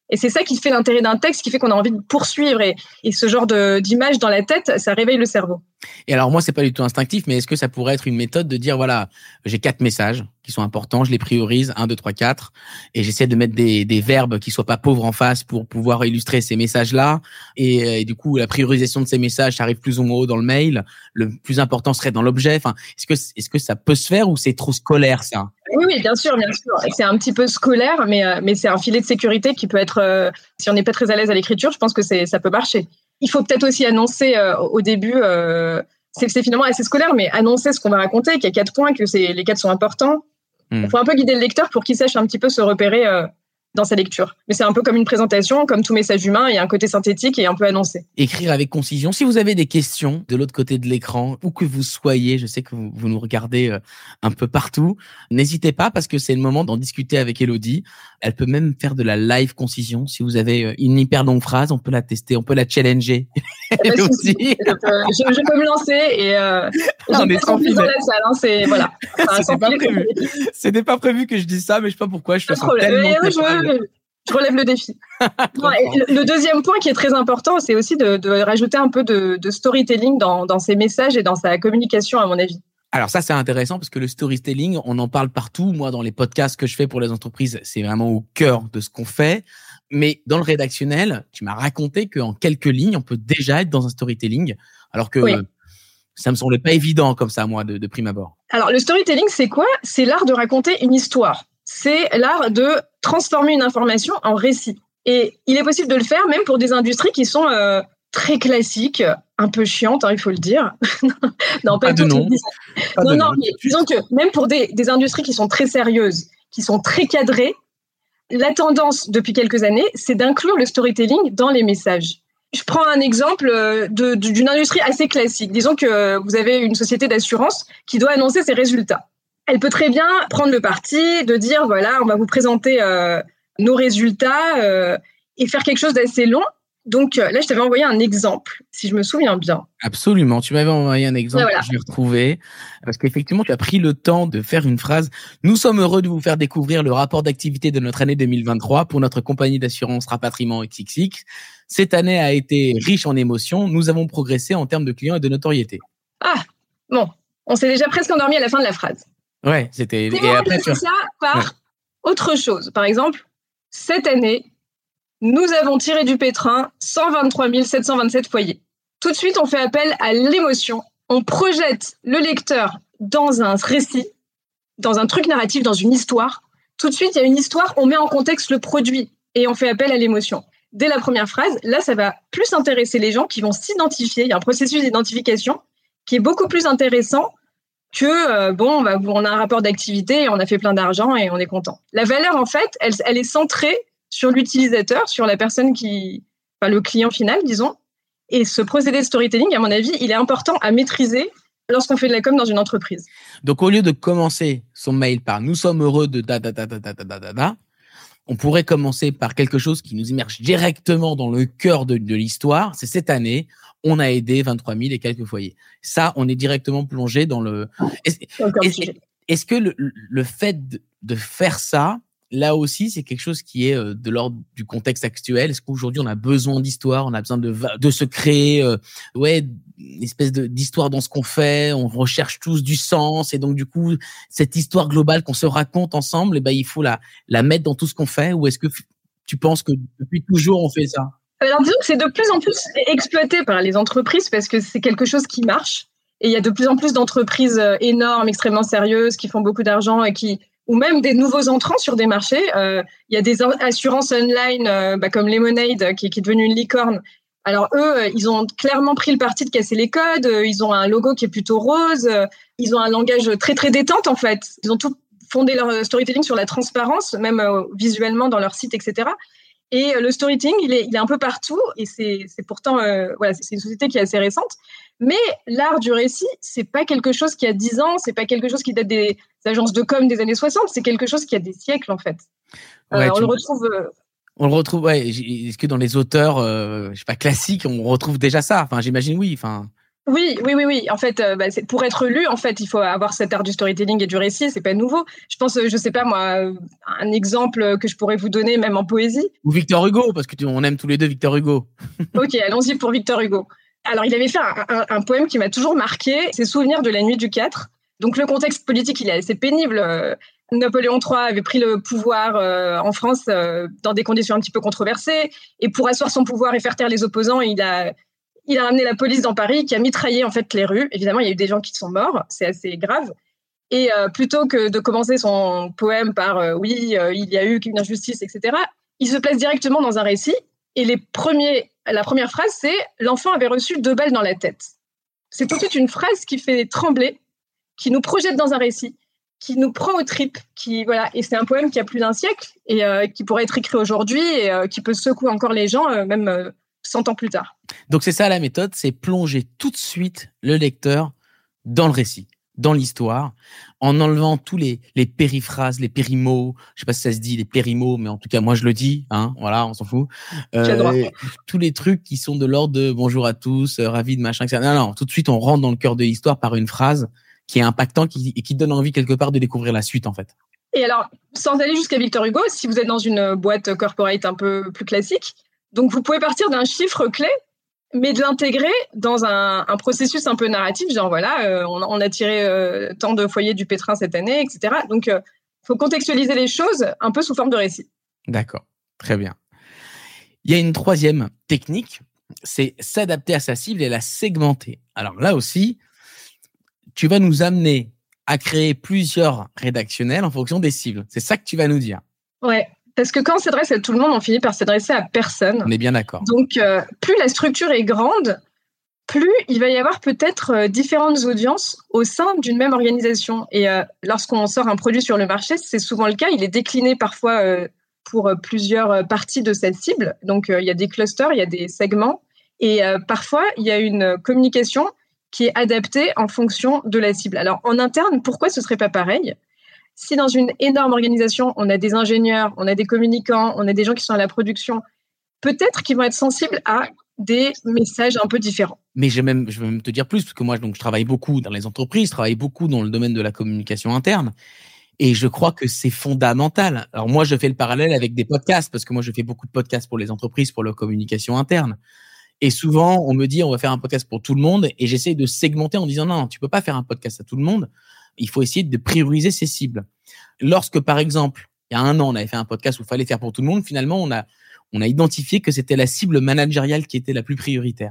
Speaker 2: Et c'est ça qui fait l'intérêt d'un texte, qui fait qu'on a envie de poursuivre. Et, et ce genre de, d'image dans la tête, ça réveille le cerveau.
Speaker 1: Et alors moi, c'est pas du tout instinctif, mais est-ce que ça pourrait être une méthode de dire, voilà, j'ai quatre messages qui sont importants, je les priorise, un, deux, trois, quatre, et j'essaie de mettre des, des verbes qui soient pas pauvres en face pour pouvoir illustrer ces messages-là. Et, et du coup, la priorisation de ces messages, ça arrive plus ou moins haut dans le mail. Le plus important serait dans l'objet. Enfin, est-ce que, est-ce que ça peut se faire ou c'est trop scolaire, ça?
Speaker 2: Oui, oui, bien sûr, bien sûr. C'est un petit peu scolaire, mais, euh, mais c'est un filet de sécurité qui peut être, euh, si on n'est pas très à l'aise à l'écriture, je pense que c'est, ça peut marcher. Il faut peut-être aussi annoncer euh, au début, euh, c'est, c'est finalement assez scolaire, mais annoncer ce qu'on va raconter, qu'il y a quatre points, que c'est, les quatre sont importants. Il mmh. faut un peu guider le lecteur pour qu'il sache un petit peu se repérer euh, dans sa lecture. Mais c'est un peu comme une présentation, comme tout message humain, il y a un côté synthétique et un peu annoncé.
Speaker 1: Écrire avec concision. Si vous avez des questions de l'autre côté de l'écran, où que vous soyez, je sais que vous, vous nous regardez euh, un peu partout, n'hésitez pas parce que c'est le moment d'en discuter avec Élodie. Elle peut même faire de la live concision. Si vous avez une hyper longue phrase, on peut la tester, on peut la challenger.
Speaker 2: Elle aussi. Je, peux, je, je peux me lancer et euh,
Speaker 1: on est sans filet
Speaker 2: dans la salle. Hein, c'est voilà. Enfin,
Speaker 1: C'était pas prévu. C'était pas prévu que je dise ça, mais je sais pas pourquoi. Je te sens tellement.
Speaker 2: Ouais, je, je relève le défi. Non, le, le deuxième point qui est très important, c'est aussi de, de rajouter un peu de, de storytelling dans, dans ses messages et dans sa communication, à mon avis.
Speaker 1: Alors ça, c'est intéressant parce que le storytelling, on en parle partout. Moi, dans les podcasts que je fais pour les entreprises, c'est vraiment au cœur de ce qu'on fait. Mais dans le rédactionnel, tu m'as raconté qu'en quelques lignes, on peut déjà être dans un storytelling, alors que oui. ça me semblait pas évident comme ça, moi, de, de prime abord.
Speaker 2: Alors, le storytelling, c'est quoi ? C'est l'art de raconter une histoire. C'est l'art de transformer une information en récit. Et il est possible de le faire même pour des industries qui sont euh, très classiques, un peu chiantes, hein, il faut le dire.
Speaker 1: non, pas, pas de nom.
Speaker 2: Pas non, de non, nom, mais disons que même pour des, des industries qui sont très sérieuses, qui sont très cadrées, la tendance depuis quelques années, c'est d'inclure le storytelling dans les messages. Je prends un exemple de, de, d'une industrie assez classique. Disons que vous avez une société d'assurance qui doit annoncer ses résultats. Elle peut très bien prendre le parti de dire, voilà, on va vous présenter euh, nos résultats euh, et faire quelque chose d'assez long. Donc là, je t'avais envoyé un exemple, si je me souviens bien.
Speaker 1: Absolument, tu m'avais envoyé un exemple,
Speaker 2: voilà.
Speaker 1: que je vais retrouver, parce qu'effectivement, tu as pris le temps de faire une phrase. Nous sommes heureux de vous faire découvrir le rapport d'activité de notre année deux mille vingt-trois pour notre compagnie d'assurance Rapatriement X X X. Cette année a été riche en émotions. Nous avons progressé en termes de clients et de notoriété.
Speaker 2: Ah, bon, on s'est déjà presque endormi à la fin de la phrase.
Speaker 1: Ouais, c'était...
Speaker 2: C'est et bon, après, tu... ça par ouais. autre chose. Par exemple, cette année, nous avons tiré du pétrin cent vingt-trois mille sept cent vingt-sept foyers. Tout de suite, on fait appel à l'émotion. On projette le lecteur dans un récit, dans un truc narratif, dans une histoire. Tout de suite, il y a une histoire, on met en contexte le produit et on fait appel à l'émotion. Dès la première phrase, là, ça va plus intéresser les gens qui vont s'identifier. Il y a un processus d'identification qui est beaucoup plus intéressant que, euh, bon, on, va, on a un rapport d'activité, on a fait plein d'argent et on est content. La valeur, en fait, elle, elle est centrée sur l'utilisateur, sur la personne qui, enfin le client final, disons. Et ce procédé de storytelling, à mon avis, il est important à maîtriser lorsqu'on fait de la com dans une entreprise.
Speaker 1: Donc, au lieu de commencer son mail par « Nous sommes heureux de da da da da da da da da da », on pourrait commencer par quelque chose qui nous immerge directement dans le cœur de, de l'histoire. C'est cette année, on a aidé vingt-trois mille et quelques foyers. Ça, on est directement plongé dans le... Est-ce, est-ce, est-ce que le, le fait de faire ça, là aussi, c'est quelque chose qui est de l'ordre du contexte actuel? Est-ce qu'aujourd'hui, on a besoin d'histoire, on a besoin de, de se créer euh, ouais, une espèce de, d'histoire dans ce qu'on fait, on recherche tous du sens, et donc du coup, cette histoire globale qu'on se raconte ensemble, eh ben, il faut la, la mettre dans tout ce qu'on fait? Ou est-ce que tu penses que depuis toujours, on fait ça?
Speaker 2: Alors, disons que c'est de plus en plus exploité par les entreprises parce que c'est quelque chose qui marche. Et il y a de plus en plus d'entreprises énormes, extrêmement sérieuses, qui font beaucoup d'argent et qui... ou même des nouveaux entrants sur des marchés. Euh, il y a des assurances online euh, bah, comme Lemonade qui, qui est devenue une licorne. Alors eux, ils ont clairement pris le parti de casser les codes. Ils ont un logo qui est plutôt rose. Ils ont un langage très très détente en fait. Ils ont tout fondé leur storytelling sur la transparence, même euh, visuellement dans leur site, et cetera. Et le storytelling, il est, il est un peu partout. Et c'est, c'est pourtant, euh, voilà, c'est une société qui est assez récente. Mais l'art du récit, c'est pas quelque chose qui a dix ans, c'est pas quelque chose qui date des agences de com des années soixante, c'est quelque chose qui a des siècles en fait.
Speaker 1: Ouais, euh,
Speaker 2: on le retrouve. Euh...
Speaker 1: On le retrouve. Ouais. Est-ce que dans les auteurs, euh, je sais pas classiques, on retrouve déjà ça? Enfin, j'imagine oui. Enfin.
Speaker 2: Oui, oui, oui, oui. En fait, euh, bah, c'est, pour être lu, en fait, il faut avoir cet art du storytelling et du récit. C'est pas nouveau. Je pense, euh, je sais pas moi, euh, un exemple que je pourrais vous donner, même en poésie.
Speaker 1: Ou Victor Hugo, parce que tu, on aime tous les deux Victor Hugo.
Speaker 2: Ok, allons-y pour Victor Hugo. Alors, il avait fait un, un, un poème qui m'a toujours marqué, c'est Souvenirs de la nuit du quatre. Donc, le contexte politique, il est assez pénible. Euh, Napoléon trois avait pris le pouvoir euh, en France euh, dans des conditions un petit peu controversées. Et pour asseoir son pouvoir et faire taire les opposants, il a Il a ramené la police dans Paris qui a mitraillé en fait les rues. Évidemment, il y a eu des gens qui sont morts, c'est assez grave. Et euh, plutôt que de commencer son poème par euh, oui, euh, il y a eu une injustice, et cetera, il se place directement dans un récit. Et les premiers, la première phrase, c'est l'enfant avait reçu deux balles dans la tête. C'est tout de suite une phrase qui fait trembler, qui nous projette dans un récit, qui nous prend aux tripes, qui voilà. Et c'est un poème qui a plus d'un siècle et euh, qui pourrait être écrit aujourd'hui et euh, qui peut secouer encore les gens, euh, même. Euh, cent ans plus tard.
Speaker 1: Donc c'est ça la méthode, c'est plonger tout de suite le lecteur dans le récit, dans l'histoire, en enlevant tous les, les périphrases, les périmots, je sais pas si ça se dit, les périmots, mais en tout cas moi je le dis, hein, voilà, on s'en fout. Euh, tous les trucs qui sont de l'ordre de bonjour à tous, euh, ravi de machin, et cetera. Non, non, tout de suite on rentre dans le cœur de l'histoire par une phrase qui est impactante qui, et qui donne envie quelque part de découvrir la suite en fait.
Speaker 2: Et alors, sans aller jusqu'à Victor Hugo, si vous êtes dans une boîte corporate un peu plus classique, donc, vous pouvez partir d'un chiffre clé, mais de l'intégrer dans un, un processus un peu narratif, genre voilà, euh, on, on a tiré euh, tant de foyers du pétrin cette année, et cetera. Donc, il euh, faut contextualiser les choses un peu sous forme de récit.
Speaker 1: D'accord, très bien. Il y a une troisième technique, c'est s'adapter à sa cible et la segmenter. Alors là aussi, tu vas nous amener à créer plusieurs rédactionnels en fonction des cibles. C'est ça que tu vas nous dire.
Speaker 2: Ouais. Parce que quand on s'adresse à tout le monde, on finit par s'adresser à personne.
Speaker 1: On est bien d'accord.
Speaker 2: Donc, euh, plus la structure est grande, plus il va y avoir peut-être euh, différentes audiences au sein d'une même organisation. Et euh, lorsqu'on sort un produit sur le marché, c'est souvent le cas. Il est décliné parfois euh, pour euh, plusieurs parties de cette cible. Donc, euh, il y a des clusters, il y a des segments. Et euh, parfois, il y a une communication qui est adaptée en fonction de la cible. Alors, en interne, pourquoi ce ne serait pas pareil ? Si dans une énorme organisation, on a des ingénieurs, on a des communicants, on a des gens qui sont à la production, peut-être qu'ils vont être sensibles à des messages un peu différents.
Speaker 1: Mais je vais même, je vais même te dire plus, parce que moi, donc, je travaille beaucoup dans les entreprises, je travaille beaucoup dans le domaine de la communication interne, et je crois que c'est fondamental. Alors moi, je fais le parallèle avec des podcasts, parce que moi, je fais beaucoup de podcasts pour les entreprises, pour leur communication interne. Et souvent, on me dit, on va faire un podcast pour tout le monde, et j'essaie de segmenter en disant, non, tu peux pas faire un podcast à tout le monde. Il faut essayer de prioriser ses cibles. Lorsque, par exemple, il y a un an, on avait fait un podcast où il fallait faire pour tout le monde, finalement, on a, on a identifié que c'était la cible managériale qui était la plus prioritaire.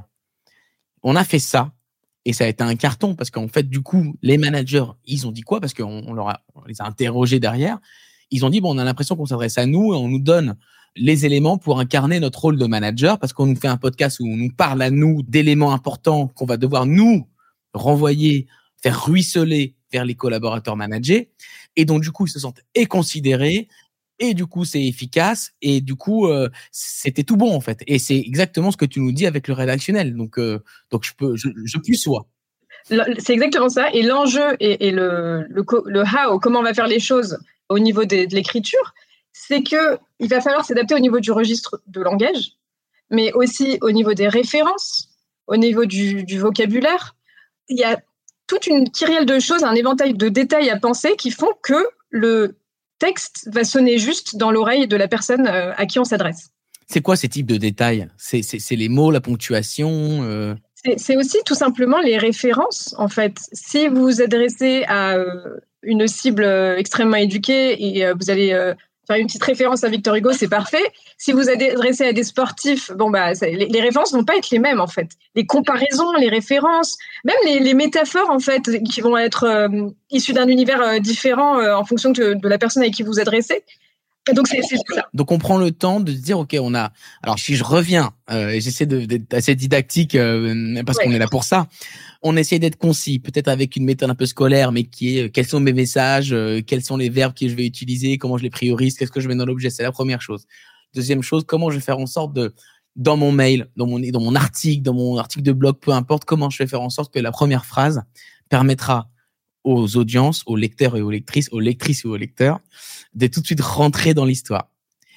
Speaker 1: On a fait ça et ça a été un carton parce qu'en fait, du coup, les managers, ils ont dit quoi ? Parce qu'on on leur a, on les a interrogés derrière. Ils ont dit, bon, on a l'impression qu'on s'adresse à nous et on nous donne les éléments pour incarner notre rôle de manager parce qu'on nous fait un podcast où on nous parle à nous d'éléments importants qu'on va devoir nous renvoyer, faire ruisseler vers les collaborateurs managés. Et donc, du coup, ils se sentent et considérés, et du coup, c'est efficace, et du coup, euh, c'était tout bon, en fait. Et c'est exactement ce que tu nous dis avec le rédactionnel. Donc, euh, donc je peux, je, je puis soit.
Speaker 2: C'est exactement ça. Et l'enjeu et, et le, le, le how, comment on va faire les choses au niveau des, de l'écriture, c'est qu'il va falloir s'adapter au niveau du registre de langage, mais aussi au niveau des références, au niveau du, du vocabulaire. Il y a toute une kyrielle de choses, un éventail de détails à penser qui font que le texte va sonner juste dans l'oreille de la personne à qui on s'adresse.
Speaker 1: C'est quoi ces types de détails ? c'est, c'est, c'est les mots, la ponctuation euh...
Speaker 2: c'est, c'est aussi tout simplement les références, en fait. Si vous vous adressez à une cible extrêmement éduquée et vous allez faire une petite référence à Victor Hugo, c'est parfait. Si vous adressez à des sportifs, bon bah, ça, les, les références vont pas être les mêmes en fait. Les comparaisons, les références, même les, les métaphores en fait, qui vont être euh, issues d'un univers euh, différent euh, en fonction de, de la personne avec qui vous vous adressez. Et donc c'est, c'est ça.
Speaker 1: Donc on prend le temps de se dire ok, on a. Alors si je reviens, euh, et j'essaie de, d'être assez didactique euh, parce ouais. qu'on est là pour ça. On essaie d'être concis, peut-être avec une méthode un peu scolaire, mais qui est euh, quels sont mes messages, euh, quels sont les verbes que je vais utiliser, comment je les priorise, qu'est-ce que je mets dans l'objet. C'est la première chose. Deuxième chose, comment je vais faire en sorte de, dans mon mail, dans mon, dans mon article, dans mon article de blog, peu importe, comment je vais faire en sorte que la première phrase permettra aux audiences, aux lecteurs et aux lectrices, aux lectrices et aux lecteurs, de tout de suite rentrer dans l'histoire.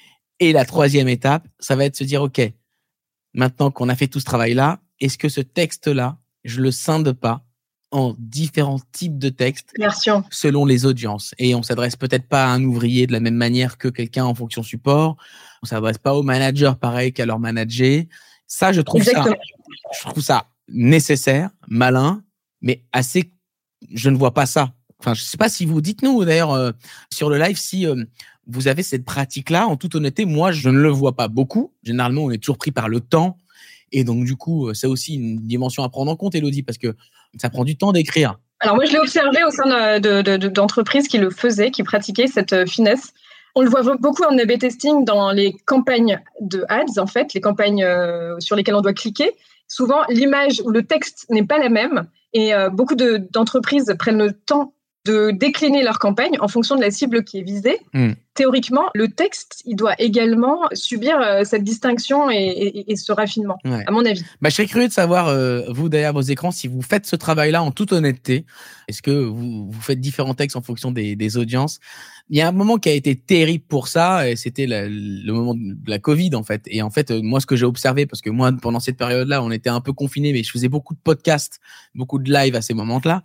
Speaker 1: Et la troisième étape, ça va être de se dire, OK, maintenant qu'on a fait tout ce travail-là, est-ce que ce texte-là je le scinde pas en différents types de textes
Speaker 2: Version.
Speaker 1: selon les audiences. Et on s'adresse peut-être pas à un ouvrier de la même manière que quelqu'un en fonction support. On s'adresse pas aux managers pareil qu'à leur manager. Ça, je trouve
Speaker 2: Exactement.
Speaker 1: ça, je trouve ça nécessaire, malin, mais assez, je ne vois pas ça. Enfin, je sais pas si vous, dites-nous d'ailleurs euh, sur le live si euh, vous avez cette pratique-là. En toute honnêteté, moi, je ne le vois pas beaucoup. Généralement, on est toujours pris par le temps. Et donc, du coup, c'est aussi une dimension à prendre en compte, Élodie, parce que ça prend du temps d'écrire.
Speaker 2: Alors moi, je l'ai observé au sein de, de, de, d'entreprises qui le faisaient, qui pratiquaient cette finesse. On le voit beaucoup en A B testing dans les campagnes de ads, en fait, les campagnes euh, sur lesquelles on doit cliquer. Souvent, l'image ou le texte n'est pas la même et euh, beaucoup de, d'entreprises prennent le temps de décliner leur campagne en fonction de la cible qui est visée. Mmh. Théoriquement, le texte, il doit également subir euh, cette distinction et, et, et ce raffinement, ouais. à mon avis.
Speaker 1: Bah, je serais curieux de savoir, euh, vous, derrière vos écrans, si vous faites ce travail-là en toute honnêteté. Est-ce que vous, vous faites différents textes en fonction des, des audiences? Il y a un moment qui a été terrible pour ça, et c'était la, le moment de la Covid, en fait. Et en fait, moi, ce que j'ai observé, parce que moi, pendant cette période-là, on était un peu confinés, mais je faisais beaucoup de podcasts, beaucoup de live à ces moments-là.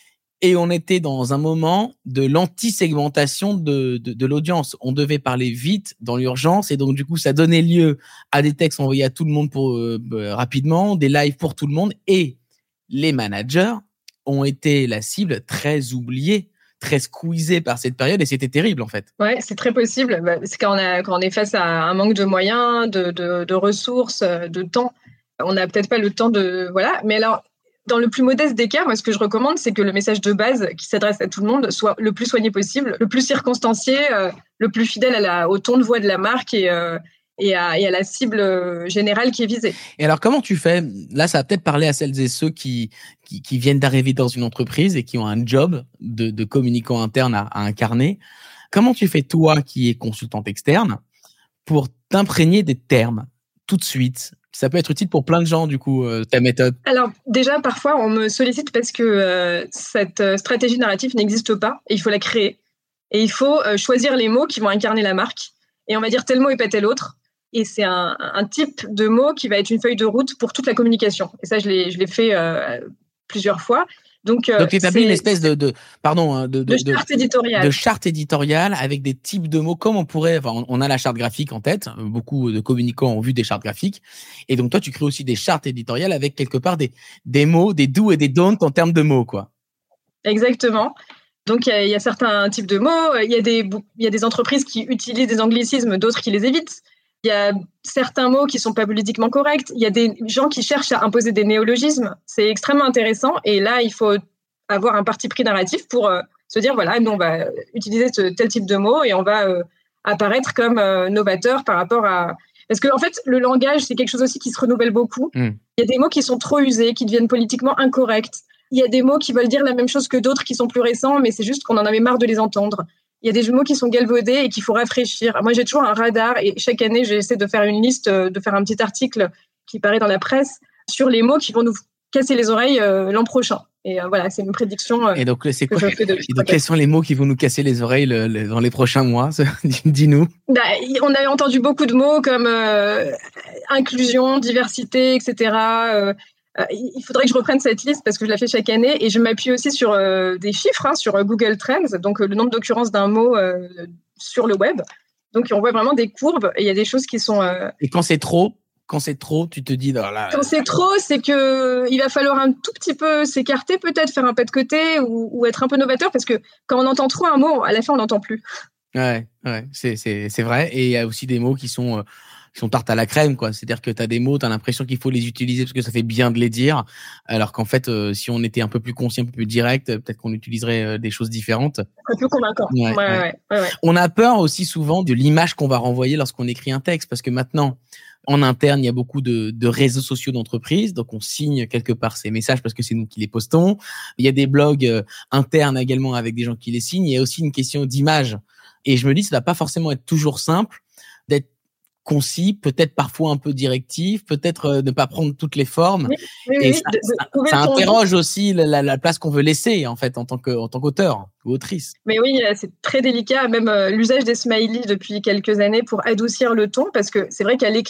Speaker 1: Et on était dans un moment de l'anti-segmentation de, de, de l'audience. On devait parler vite dans l'urgence et donc du coup, ça donnait lieu à des textes envoyés à tout le monde pour euh, rapidement, des lives pour tout le monde. Et les managers ont été la cible très oubliée, très squeezée par cette période et c'était terrible en fait.
Speaker 2: Ouais, c'est très possible. C'est quand on, a, quand on est face à un manque de moyens, de, de, de ressources, de temps. On n'a peut-être pas le temps de... Voilà, mais alors... Dans le plus modeste des cas, moi, ce que je recommande, c'est que le message de base qui s'adresse à tout le monde soit le plus soigné possible, le plus circonstancié, euh, le plus fidèle à la, au ton de voix de la marque et, euh, et, à, et à la cible générale qui est visée.
Speaker 1: Et alors, comment tu fais? Là, ça va peut-être parler à celles et ceux qui, qui, qui viennent d'arriver dans une entreprise et qui ont un job de, de communicant interne à, à incarner. Comment tu fais, toi, qui es consultante externe, pour t'imprégner des termes tout de suite? Ça peut être utile pour plein de gens, du coup, euh, ta méthode.
Speaker 2: Alors, déjà, parfois, on me sollicite parce que euh, cette stratégie narrative n'existe pas et il faut la créer. Et il faut euh, choisir les mots qui vont incarner la marque. Et on va dire tel mot et pas tel autre. Et c'est un, un type de mot qui va être une feuille de route pour toute la communication. Et ça, je l'ai, je l'ai fait euh, plusieurs fois. Donc, euh,
Speaker 1: Donc tu établis une espèce de, de pardon hein, de,
Speaker 2: de, de charte éditoriale,
Speaker 1: de charte éditoriale avec des types de mots comme on pourrait. Enfin, on, on a la charte graphique en tête. Beaucoup de communicants ont vu des chartes graphiques. Et donc toi, tu crées aussi des chartes éditoriales avec quelque part des des mots, des do et des don't en termes de mots, quoi.
Speaker 2: Exactement. Donc il y, y a certains types de mots. Il y a des il y a des entreprises qui utilisent des anglicismes, d'autres qui les évitent. Il y a certains mots qui ne sont pas politiquement corrects. Il y a des gens qui cherchent à imposer des néologismes. C'est extrêmement intéressant. Et là, il faut avoir un parti pris narratif pour euh, se dire, voilà, nous, on va utiliser ce, tel type de mots et on va euh, apparaître comme euh, novateur par rapport à... Parce qu'en en fait, le langage, c'est quelque chose aussi qui se renouvelle beaucoup. Mm. Il y a des mots qui sont trop usés, qui deviennent politiquement incorrects. Il y a des mots qui veulent dire la même chose que d'autres qui sont plus récents, mais c'est juste qu'on en avait marre de les entendre. Il y a des mots qui sont galvaudés et qu'il faut rafraîchir. Moi, j'ai toujours un radar et chaque année, j'essaie de faire une liste, de faire un petit article qui paraît dans la presse sur les mots qui vont nous casser les oreilles euh, l'an prochain. Et euh, voilà, c'est une prédiction. Euh,
Speaker 1: et donc, c'est quoi, et donc quels sont les mots qui vont nous casser les oreilles le, le, dans les prochains mois? Dis-nous.
Speaker 2: Bah, on a entendu beaucoup de mots comme euh, inclusion, diversité, et cetera. Euh, Euh, il faudrait que je reprenne cette liste parce que je la fais chaque année et je m'appuie aussi sur euh, des chiffres, hein, sur Google Trends, donc euh, le nombre d'occurrences d'un mot euh, sur le web. Donc on voit vraiment des courbes et il y a des choses qui sont... Euh...
Speaker 1: Et quand c'est trop, quand c'est trop, tu te dis... Oh là,
Speaker 2: quand c'est trop, c'est qu'il va falloir un tout petit peu s'écarter peut-être, faire un pas de côté ou, ou être un peu novateur parce que quand on entend trop un mot, à la fin on n'entend plus.
Speaker 1: Ouais, ouais, c'est, c'est, c'est vrai. Et il y a aussi des mots qui sont... Euh... qui sont tarte à la crème, quoi. C'est-à-dire que tu as des mots, tu as l'impression qu'il faut les utiliser parce que ça fait bien de les dire, alors qu'en fait, euh, si on était un peu plus conscient, un peu plus direct, peut-être qu'on utiliserait euh, des choses différentes.
Speaker 2: Un peu plus convaincant. Ouais, ouais, ouais. Ouais, ouais, ouais.
Speaker 1: On a peur aussi souvent de l'image qu'on va renvoyer lorsqu'on écrit un texte, parce que maintenant, en interne, il y a beaucoup de, de réseaux sociaux d'entreprise, donc on signe quelque part ces messages parce que c'est nous qui les postons. Il y a des blogs euh, internes également avec des gens qui les signent. Il y a aussi une question d'image. Et je me dis, ça va pas forcément être toujours simple d'être concis, peut-être parfois un peu directif, peut-être euh, ne pas prendre toutes les formes. Oui, oui, et oui, ça, de, de ça, ça interroge aussi la, la, la place qu'on veut laisser en fait en tant que en tant qu'auteur ou autrice.
Speaker 2: Mais oui, c'est très délicat, même euh, l'usage des smileys depuis quelques années pour adoucir le ton, parce que c'est vrai qu'à l'écrit,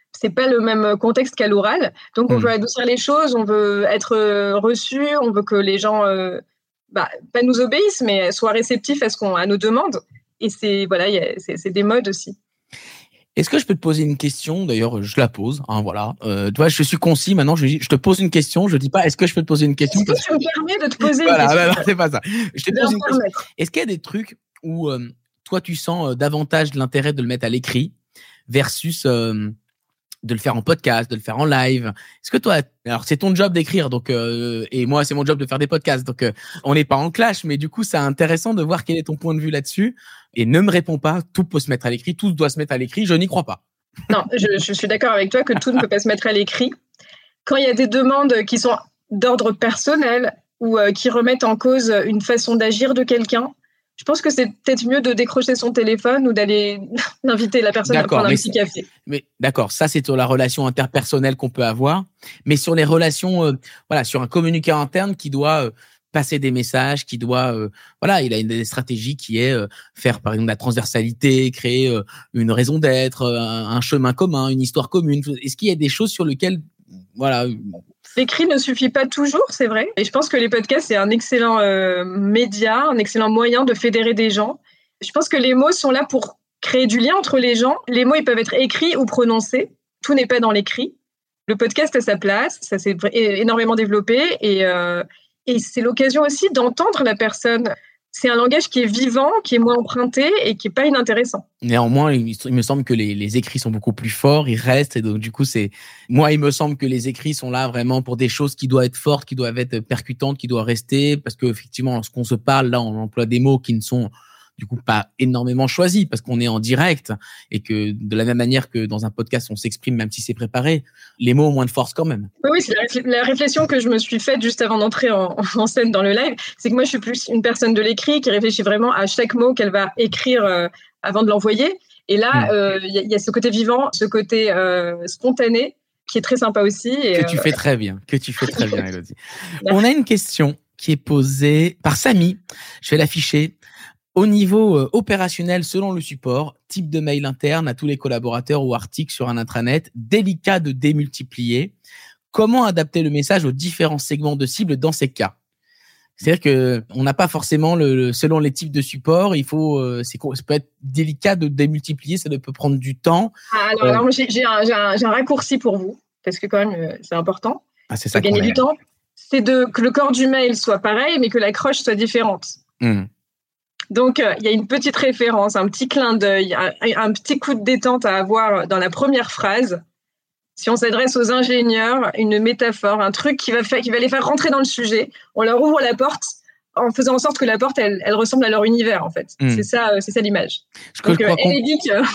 Speaker 2: c'est pas le même contexte qu'à l'oral. Donc, on mmh. veut adoucir les choses, on veut être reçu, on veut que les gens, euh, bah, pas nous obéissent, mais soient réceptifs à, ce qu'on, à nos demandes. Et c'est, voilà, y a, c'est, c'est des modes aussi.
Speaker 1: Est-ce que je peux te poser une question? D'ailleurs, je la pose. Hein, voilà. Euh, tu vois, je suis concis. Maintenant, je, je te pose une question. Je dis pas, est-ce que je peux te poser une question?
Speaker 2: Est-ce que tu me permets de te poser
Speaker 1: voilà,
Speaker 2: une question?
Speaker 1: Non, c'est pas ça. Je te pose une question. Est-ce qu'il y a des trucs où euh, toi, tu sens euh, davantage de l'intérêt de le mettre à l'écrit versus euh, de le faire en podcast, de le faire en live? Est-ce que toi, alors c'est ton job d'écrire, donc euh, et moi c'est mon job de faire des podcasts, donc euh, on n'est pas en clash, mais du coup c'est intéressant de voir quel est ton point de vue là-dessus. Et ne me réponds pas, tout peut se mettre à l'écrit, tout doit se mettre à l'écrit, je n'y crois pas.
Speaker 2: Non, je, je suis d'accord avec toi que tout ne peut pas se mettre à l'écrit. Quand il y a des demandes qui sont d'ordre personnel ou euh, qui remettent en cause une façon d'agir de quelqu'un, je pense que c'est peut-être mieux de décrocher son téléphone ou d'aller inviter la personne d'accord, à prendre un petit café.
Speaker 1: Mais d'accord, ça c'est sur la relation interpersonnelle qu'on peut avoir, mais sur les relations, euh, voilà, sur un communicant interne qui doit euh, passer des messages, qui doit, euh, voilà, il a une stratégie qui est euh, faire par exemple de la transversalité, créer euh, une raison d'être, un, un chemin commun, une histoire commune. Est-ce qu'il y a des choses sur lesquelles, voilà.
Speaker 2: L'écrit ne suffit pas toujours, c'est vrai. Et je pense que les podcasts, c'est un excellent euh, média, un excellent moyen de fédérer des gens. Je pense que les mots sont là pour créer du lien entre les gens. Les mots, ils peuvent être écrits ou prononcés. Tout n'est pas dans l'écrit. Le podcast a sa place, ça s'est énormément développé. Et, euh, et c'est l'occasion aussi d'entendre la personne. C'est un langage qui est vivant, qui est moins emprunté et qui n'est pas inintéressant.
Speaker 1: Néanmoins, il, il me semble que les, les écrits sont beaucoup plus forts, ils restent. Et donc, du coup, c'est moi, il me semble que les écrits sont là vraiment pour des choses qui doivent être fortes, qui doivent être percutantes, qui doivent rester. Parce qu'effectivement, lorsqu'on se parle, là, on emploie des mots qui ne sont du coup pas énormément choisis parce qu'on est en direct et que de la même manière que dans un podcast, on s'exprime même si c'est préparé, les mots ont moins de force quand même.
Speaker 2: Oui, oui, c'est la, réfl- la réflexion que je me suis faite juste avant d'entrer en, en scène dans le live. C'est que moi, je suis plus une personne de l'écrit qui réfléchit vraiment à chaque mot qu'elle va écrire euh, avant de l'envoyer. Et là, il mmh. euh, y, y a ce côté vivant, ce côté euh, spontané qui est très sympa aussi. Et,
Speaker 1: que tu euh, fais très bien, que tu fais très bien, Élodie. On a une question qui est posée par Samy. Je vais l'afficher. Au niveau euh, opérationnel, selon le support, type de mail interne à tous les collaborateurs ou articles sur un intranet, délicat de démultiplier. Comment adapter le message aux différents segments de cible dans ces cas? C'est-à-dire que on n'a pas forcément le, le selon les types de supports, il faut euh, c'est ça peut être délicat de démultiplier, ça peut prendre du temps.
Speaker 2: Alors, euh, alors j'ai, j'ai, un, j'ai, un, j'ai un raccourci pour vous parce que quand même c'est important.
Speaker 1: Ah, c'est ça.
Speaker 2: Gagner du temps, c'est de que le corps du mail soit pareil, mais que l'accroche soit différente. Mmh. Donc, il euh, y a une petite référence, un petit clin d'œil, un, un petit coup de détente à avoir dans la première phrase. Si on s'adresse aux ingénieurs, une métaphore, un truc qui va, faire, qui va les faire rentrer dans le sujet, on leur ouvre la porte en faisant en sorte que la porte, elle, elle ressemble à leur univers, en fait. Mmh. C'est ça, c'est ça l'image.
Speaker 1: Ce que, Donc, je crois euh, Édique, euh,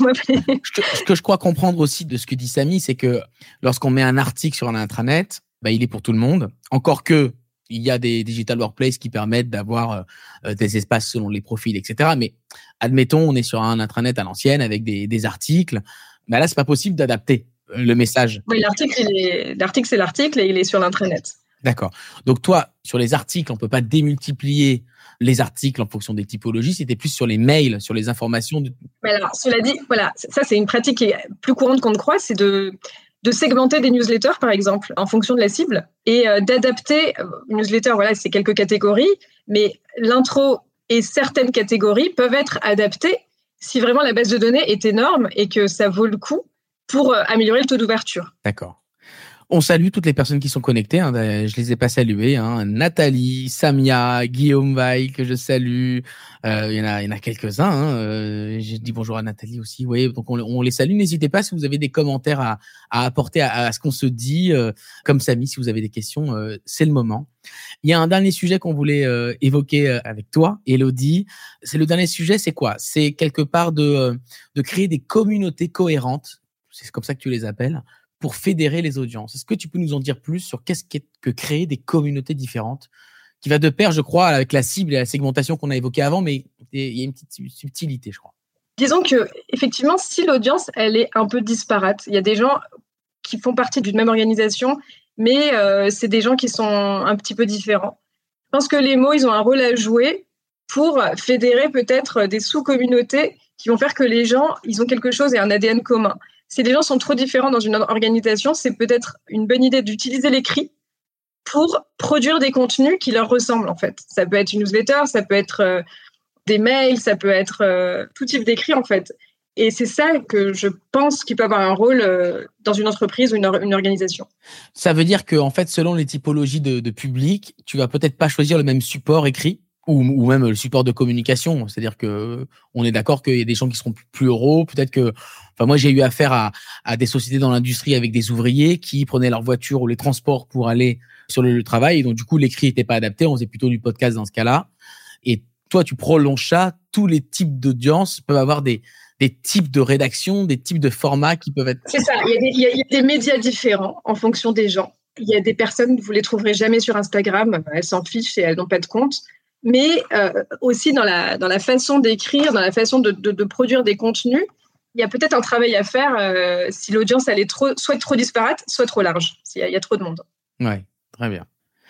Speaker 1: ce que je crois comprendre aussi de ce que dit Samy, c'est que lorsqu'on met un article sur un intranet, bah, il est pour tout le monde. Encore que il y a des digital workplaces qui permettent d'avoir euh, des espaces selon les profils, et cetera. Mais admettons, on est sur un intranet à l'ancienne avec des, des articles. Mais là, c'est pas possible d'adapter le message.
Speaker 2: Oui, l'article, il est... l'article, c'est l'article et il est sur l'intranet.
Speaker 1: D'accord. Donc toi, sur les articles, on peut pas démultiplier les articles en fonction des typologies. C'était plus sur les mails, sur les informations. De...
Speaker 2: Mais alors, cela dit, voilà, ça c'est une pratique qui est plus courante qu'on ne croit, c'est de de segmenter des newsletters, par exemple, en fonction de la cible, et euh, d'adapter une newsletter. Voilà, c'est quelques catégories, mais l'intro et certaines catégories peuvent être adaptées si vraiment la base de données est énorme et que ça vaut le coup pour euh, améliorer le taux d'ouverture.
Speaker 1: D'accord. On salue toutes les personnes qui sont connectées. Hein, je les ai pas saluées. Hein. Nathalie, Samia, Guillaume Vaille que je salue. Euh, il y en a, il y en a quelques-uns. Hein. Euh, j'ai dit bonjour à Nathalie aussi. Oui, donc on, on les salue. N'hésitez pas si vous avez des commentaires à, à apporter à, à ce qu'on se dit. Euh, comme Samy, si vous avez des questions, euh, c'est le moment. Il y a un dernier sujet qu'on voulait euh, évoquer avec toi, Élodie. C'est le dernier sujet. C'est quoi? C'est quelque part de de créer des communautés cohérentes. C'est comme ça que tu les appelles. Pour fédérer les audiences. Est-ce que tu peux nous en dire plus sur qu'est-ce qu'est que créer des communautés différentes qui va de pair, je crois, avec la cible et la segmentation qu'on a évoquée avant, mais il y a une petite subtilité, je crois.
Speaker 2: Disons que, effectivement, si l'audience, elle est un peu disparate, il y a des gens qui font partie d'une même organisation, mais euh, c'est des gens qui sont un petit peu différents. Je pense que les mots, ils ont un rôle à jouer pour fédérer peut-être des sous-communautés qui vont faire que les gens, ils ont quelque chose et un A D N commun. Si les gens sont trop différents dans une organisation, c'est peut-être une bonne idée d'utiliser l'écrit pour produire des contenus qui leur ressemblent, en fait. Ça peut être une newsletter, ça peut être euh, des mails, ça peut être euh, tout type d'écrit, en fait. Et c'est ça que je pense qu'il peut avoir un rôle euh, dans une entreprise ou une, or- une organisation.
Speaker 1: Ça veut dire que, en fait, selon les typologies de, de public, tu vas peut-être pas choisir le même support écrit ou, ou même le support de communication. C'est-à-dire que on est d'accord qu'il y a des gens qui seront plus oraux. Peut-être que, enfin, moi, j'ai eu affaire à, à des sociétés dans l'industrie avec des ouvriers qui prenaient leur voiture ou les transports pour aller sur le lieu de travail. Et donc, du coup, l'écrit n'était pas adapté. On faisait plutôt du podcast dans ce cas-là. Et toi, tu prolonges ça. Tous les types d'audience peuvent avoir des des types de rédaction, des types de formats qui peuvent être...
Speaker 2: C'est ça, il y, a des, il, y a, il y a des médias différents en fonction des gens. Il y a des personnes, vous ne les trouverez jamais sur Instagram, elles s'en fichent et elles n'ont pas de compte. Mais euh, aussi dans la, dans la façon d'écrire, dans la façon de, de, de produire des contenus, il y a peut-être un travail à faire euh, si l'audience elle est trop, soit trop disparate, soit trop large, s'il y a, il y a trop de monde.
Speaker 1: Oui, très bien.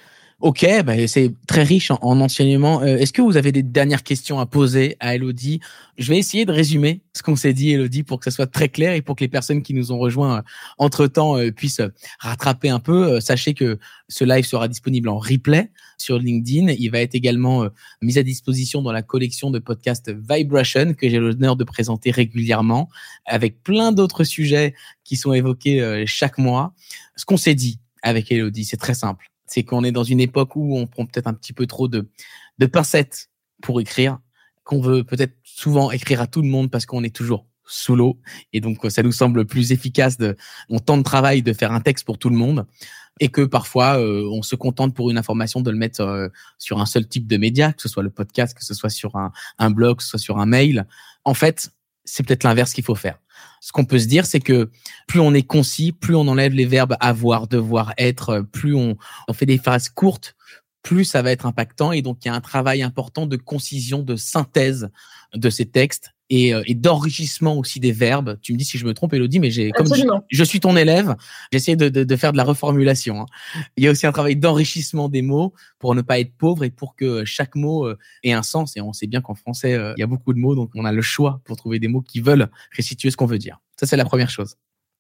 Speaker 1: Ok, bah c'est très riche en, en enseignement. Euh, est-ce que vous avez des dernières questions à poser à Élodie? Je vais essayer de résumer ce qu'on s'est dit, Élodie, pour que ça soit très clair et pour que les personnes qui nous ont rejoints euh, entre-temps euh, puissent euh, rattraper un peu. Euh, sachez que ce live sera disponible en replay sur LinkedIn. Il va être également euh, mis à disposition dans la collection de podcasts Vibration que j'ai l'honneur de présenter régulièrement avec plein d'autres sujets qui sont évoqués euh, chaque mois. Ce qu'on s'est dit avec Élodie, c'est très simple. C'est qu'on est dans une époque où on prend peut-être un petit peu trop de, de pincettes pour écrire, qu'on veut peut-être souvent écrire à tout le monde parce qu'on est toujours sous l'eau. Et donc, ça nous semble plus efficace de, on temps de travail de faire un texte pour tout le monde. Et que parfois, euh, on se contente pour une information de le mettre euh, sur un seul type de média, que ce soit le podcast, que ce soit sur un, un blog, que ce soit sur un mail. En fait, c'est peut-être l'inverse qu'il faut faire. Ce qu'on peut se dire, c'est que plus on est concis, plus on enlève les verbes avoir, devoir, être, plus on, on fait des phrases courtes, plus ça va être impactant. Et donc, il y a un travail important de concision, de synthèse de ces textes et, et d'enrichissement aussi des verbes. Tu me dis si je me trompe, Élodie, mais j'ai, comme je, je suis ton élève, j'essaie de, de, de faire de la reformulation. Hein. Il y a aussi un travail d'enrichissement des mots pour ne pas être pauvre et pour que chaque mot ait un sens. Et on sait bien qu'en français, il y a beaucoup de mots, donc on a le choix pour trouver des mots qui veulent restituer ce qu'on veut dire. Ça, c'est la première chose.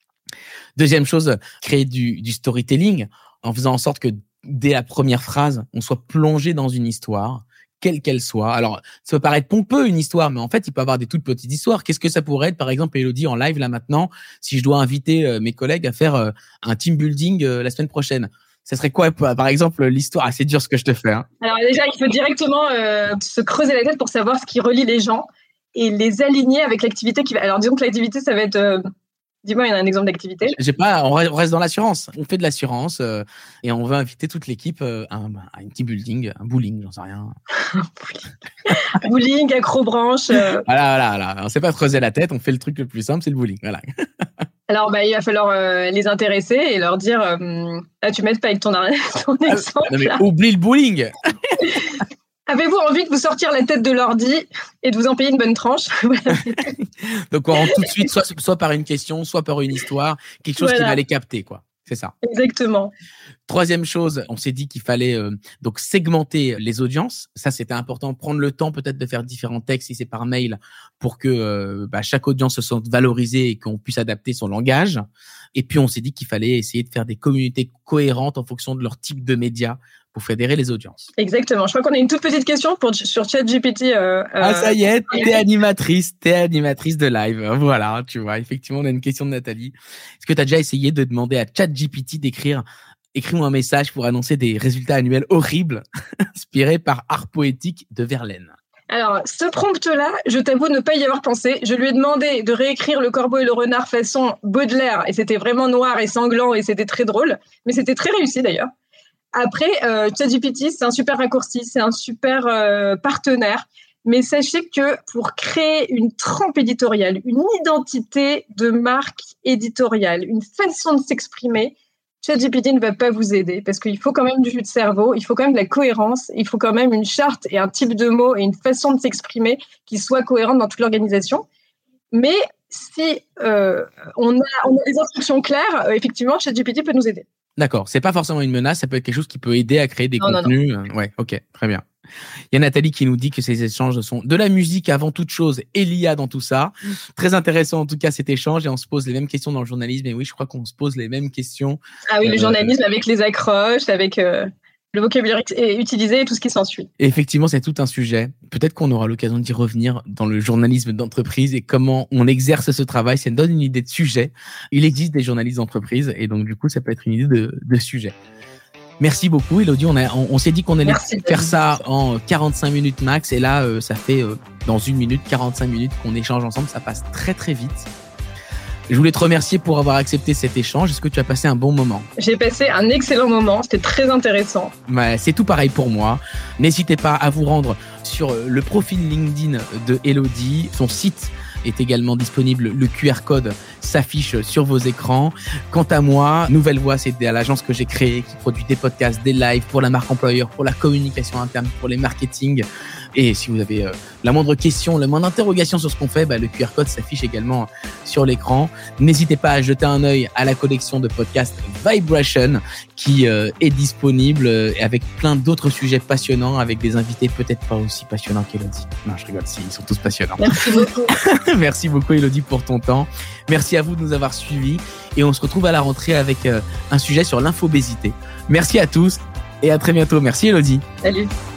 Speaker 1: Deuxième chose, créer du, du storytelling en faisant en sorte que dès la première phrase, on soit plongé dans une histoire, quelle qu'elle soit. Alors, ça peut paraître pompeux, une histoire, mais en fait, il peut y avoir des toutes petites histoires. Qu'est-ce que ça pourrait être, par exemple, Élodie, en live, là, maintenant, si je dois inviter euh, mes collègues à faire euh, un team building euh, la semaine prochaine? Ça serait quoi, par exemple, l'histoire? Ah, c'est dur ce que je te fais. Hein.
Speaker 2: Alors déjà, il faut directement euh, se creuser la tête pour savoir ce qui relie les gens et les aligner avec l'activité qui va... Alors, disons que l'activité, ça va être... Euh... Dis-moi, il y a un exemple d'activité.
Speaker 1: J'ai pas, on reste dans l'assurance. On fait de l'assurance euh, et on veut inviter toute l'équipe euh, à, un, à un petit building, un bowling, j'en sais rien.
Speaker 2: Bowling, accrobranche. Euh...
Speaker 1: Voilà, voilà, voilà. On ne sait pas creuser la tête, on fait le truc le plus simple, c'est le bowling. Voilà.
Speaker 2: Alors, bah, il va falloir euh, les intéresser et leur dire euh, ah, tu m'aides pas avec ton, ton
Speaker 1: ah,
Speaker 2: exemple.
Speaker 1: Non, mais oublie le bowling.
Speaker 2: Avez-vous envie de vous sortir la tête de l'ordi et de vous en payer une bonne tranche?
Speaker 1: Donc, on rentre tout de suite, soit, soit par une question, soit par une histoire, quelque chose voilà. qui va les capter, quoi. C'est ça.
Speaker 2: Exactement.
Speaker 1: Troisième chose, on s'est dit qu'il fallait euh, donc segmenter les audiences. Ça, c'était important. Prendre le temps peut-être de faire différents textes si c'est par mail pour que euh, bah, chaque audience se sente valorisée et qu'on puisse adapter son langage. Et puis, on s'est dit qu'il fallait essayer de faire des communautés cohérentes en fonction de leur type de médias pour fédérer les audiences.
Speaker 2: Exactement. Je crois qu'on a une toute petite question pour, sur ChatGPT. Euh, euh...
Speaker 1: Ah, ça y est, t'es animatrice, t'es animatrice de live. Voilà, tu vois, effectivement, on a une question de Nathalie. Est-ce que tu as déjà essayé de demander à ChatGPT d'écrire « Écris-moi un message pour annoncer des résultats annuels horribles inspirés par Art poétique de Verlaine ».
Speaker 2: Alors, ce prompt-là, je t'avoue ne pas y avoir pensé. Je lui ai demandé de réécrire Le Corbeau et le Renard façon Baudelaire, et c'était vraiment noir et sanglant, et c'était très drôle, mais c'était très réussi d'ailleurs. Après, euh, ChatGPT, c'est un super raccourci, c'est un super euh, partenaire, mais sachez que pour créer une trempe éditoriale, une identité de marque éditoriale, une façon de s'exprimer, ChatGPT ne va pas vous aider parce qu'il faut quand même du jus de cerveau, il faut quand même de la cohérence, il faut quand même une charte et un type de mots et une façon de s'exprimer qui soit cohérente dans toute l'organisation. Mais si euh, on, a, on a des instructions claires, euh, effectivement, ChatGPT peut nous aider.
Speaker 1: D'accord, c'est pas forcément une menace, ça peut être quelque chose qui peut aider à créer des
Speaker 2: non,
Speaker 1: contenus.
Speaker 2: Non, non.
Speaker 1: Ouais, ok, très bien. Il y a Nathalie qui nous dit que ces échanges sont de la musique avant toute chose et l'I A dans tout ça. Très intéressant en tout cas cet échange et on se pose les mêmes questions dans le journalisme. Et oui, je crois qu'on se pose les mêmes questions.
Speaker 2: Ah oui,
Speaker 1: euh,
Speaker 2: le journalisme avec les accroches, avec euh, le vocabulaire utilisé et tout ce qui s'ensuit.
Speaker 1: Et effectivement, c'est tout un sujet. Peut-être qu'on aura l'occasion d'y revenir dans le journalisme d'entreprise et comment on exerce ce travail. Ça nous donne une idée de sujet. Il existe des journalistes d'entreprise et donc du coup, ça peut être une idée de, de sujet. Merci beaucoup, Élodie. On, a, on, on s'est dit qu'on allait
Speaker 2: Merci,
Speaker 1: faire ça en quarante-cinq minutes max. Et là, euh, ça fait euh, dans une minute, quarante-cinq minutes qu'on échange ensemble. Ça passe très, très vite. Je voulais te remercier pour avoir accepté cet échange. Est-ce que tu as passé un bon moment ?
Speaker 2: J'ai passé un excellent moment. C'était très intéressant.
Speaker 1: Ouais, c'est tout pareil pour moi. N'hésitez pas à vous rendre sur le profil LinkedIn de Élodie. Son site est également disponible. Le Q R code s'affiche sur vos écrans. Quant à moi, Nouvelle Voix, c'est à l'agence que j'ai créée qui produit des podcasts, des lives pour la marque employeur, pour la communication interne, pour les marketing. Et si vous avez euh, la moindre question, la moindre interrogation sur ce qu'on fait, bah, le Q R code s'affiche également sur l'écran. N'hésitez pas à jeter un œil à la collection de podcasts Vibration qui euh, est disponible euh, avec plein d'autres sujets passionnants avec des invités peut-être pas aussi passionnants qu'Élodie. Non, je rigole, si, ils sont tous passionnants.
Speaker 2: Merci beaucoup.
Speaker 1: Merci beaucoup, Élodie, pour ton temps. Merci à vous de nous avoir suivis et on se retrouve à la rentrée avec euh, un sujet sur l'infobésité. Merci à tous et à très bientôt. Merci, Élodie.
Speaker 2: Salut.